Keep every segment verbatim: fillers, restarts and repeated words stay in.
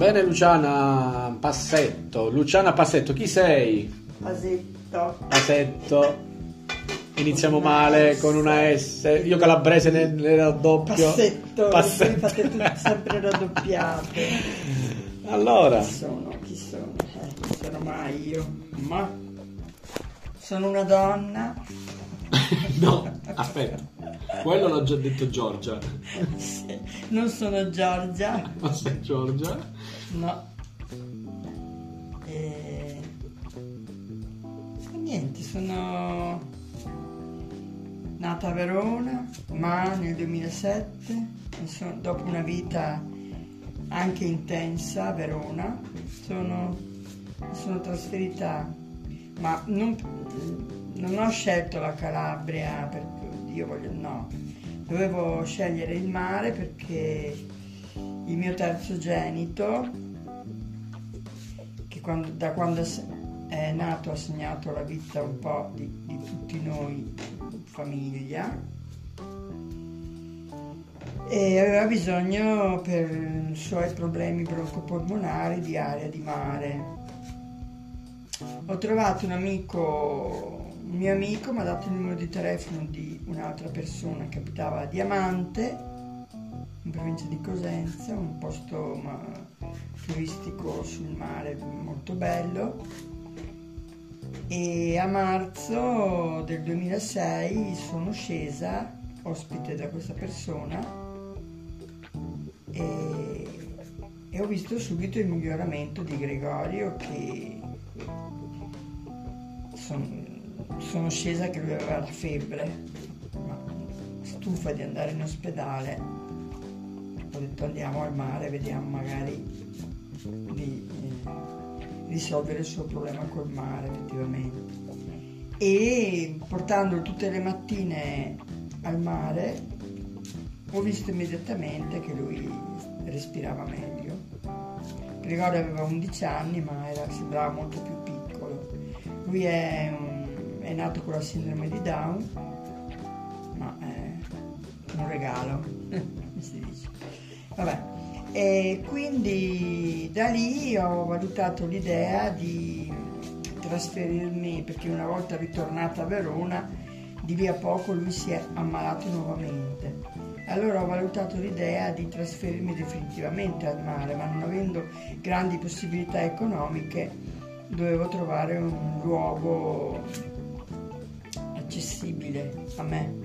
bene Luciana Passetto. Luciana Passetto, chi sei? Pasetto. Pasetto. Iniziamo con male S. Con una S. Io calabrese ne, ne raddoppio. Passetto. Passetto. Fate tutte sempre raddoppiate. Allora. Chi sono? Chi sono? Eh, chi sono mai io? Ma sono una donna. No, aspetta. Quello l'ho già detto Giorgia. Non sono Giorgia. Non sei Giorgia? No. E... niente, sono nata a Verona, ma nel duemilasette, sono, dopo una vita anche intensa a Verona, sono, sono trasferita, ma non, non ho scelto la Calabria perché io voglio, no, dovevo scegliere il mare perché il mio terzogenito, che quando, da quando è nato ha segnato la vita un po' di, di tutti noi in famiglia, e aveva bisogno per i suoi problemi broncopolmonari di aria di mare. Ho trovato un amico, un mio amico mi ha dato il numero di telefono di un'altra persona che abitava a Diamante, in provincia di Cosenza, un posto ma, turistico sul mare molto bello, e a marzo del duemilasei sono scesa ospite da questa persona e, e ho visto subito il miglioramento di Gregorio, che son, sono scesa che lui aveva la febbre, ma stufa di andare in ospedale ho detto andiamo al mare, vediamo magari di eh, risolvere il suo problema col mare effettivamente. E portandolo tutte le mattine al mare ho visto immediatamente che lui respirava meglio. Gregorio aveva undici anni ma era, sembrava molto più piccolo. Lui è, un, è nato con la sindrome di Down, ma è un regalo, come si dice. Vabbè, e quindi da lì ho valutato l'idea di trasferirmi, perché una volta ritornata a Verona, di lì a poco lui si è ammalato nuovamente. Allora ho valutato l'idea di trasferirmi definitivamente al mare, ma non avendo grandi possibilità economiche dovevo trovare un luogo accessibile a me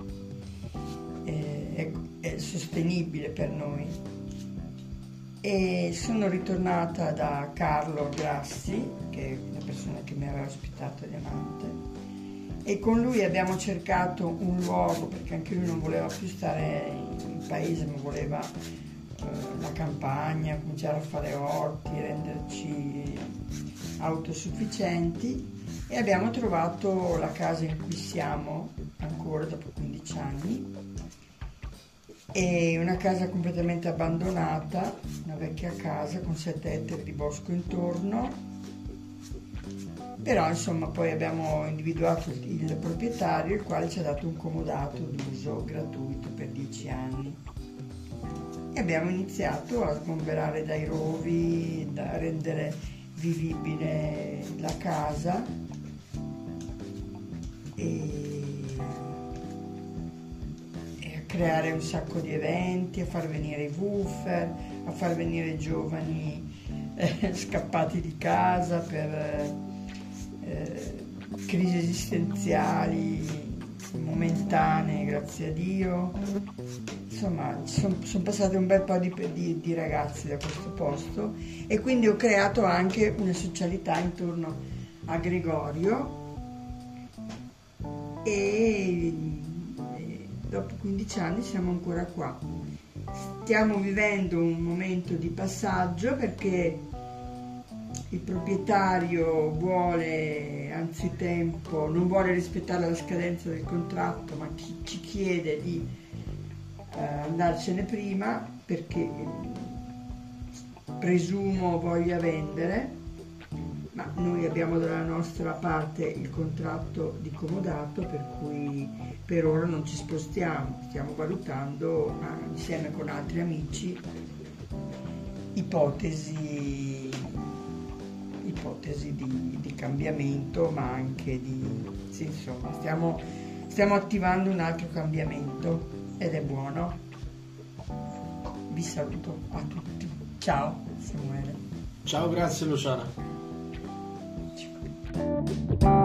e, e sostenibile per noi. E sono ritornata da Carlo Grassi, che è la persona che mi aveva ospitato a Diamante, e con lui abbiamo cercato un luogo, perché anche lui non voleva più stare in paese, ma voleva eh, la campagna, cominciare a fare orti, renderci autosufficienti, e abbiamo trovato la casa in cui siamo ancora dopo quindici anni. È una casa completamente abbandonata, una vecchia casa con sette ettari di bosco intorno, però insomma poi abbiamo individuato il, il proprietario, il quale ci ha dato un comodato d'uso gratuito per dieci anni e abbiamo iniziato a sgomberare dai rovi, da rendere vivibile la casa e creare un sacco di eventi, a far venire i woofer, a far venire i giovani eh, scappati di casa per eh, crisi esistenziali momentanee, grazie a Dio. Insomma, sono son passate un bel po' di, di, di ragazzi da questo posto e quindi ho creato anche una socialità intorno a Gregorio e dopo quindici anni siamo ancora qua. Stiamo vivendo un momento di passaggio perché il proprietario vuole anzitempo, non vuole rispettare la scadenza del contratto, ma ci, ci chiede di eh, andarcene prima perché presumo voglia vendere, ma noi abbiamo dalla nostra parte il contratto di comodato, per cui per ora non ci spostiamo, stiamo valutando ah, insieme con altri amici ipotesi, ipotesi di, di cambiamento, ma anche di... Sì, insomma, stiamo, stiamo attivando un altro cambiamento ed è buono. Vi saluto a tutti. Ciao Samuele. Ciao, grazie Luciana. Ciao.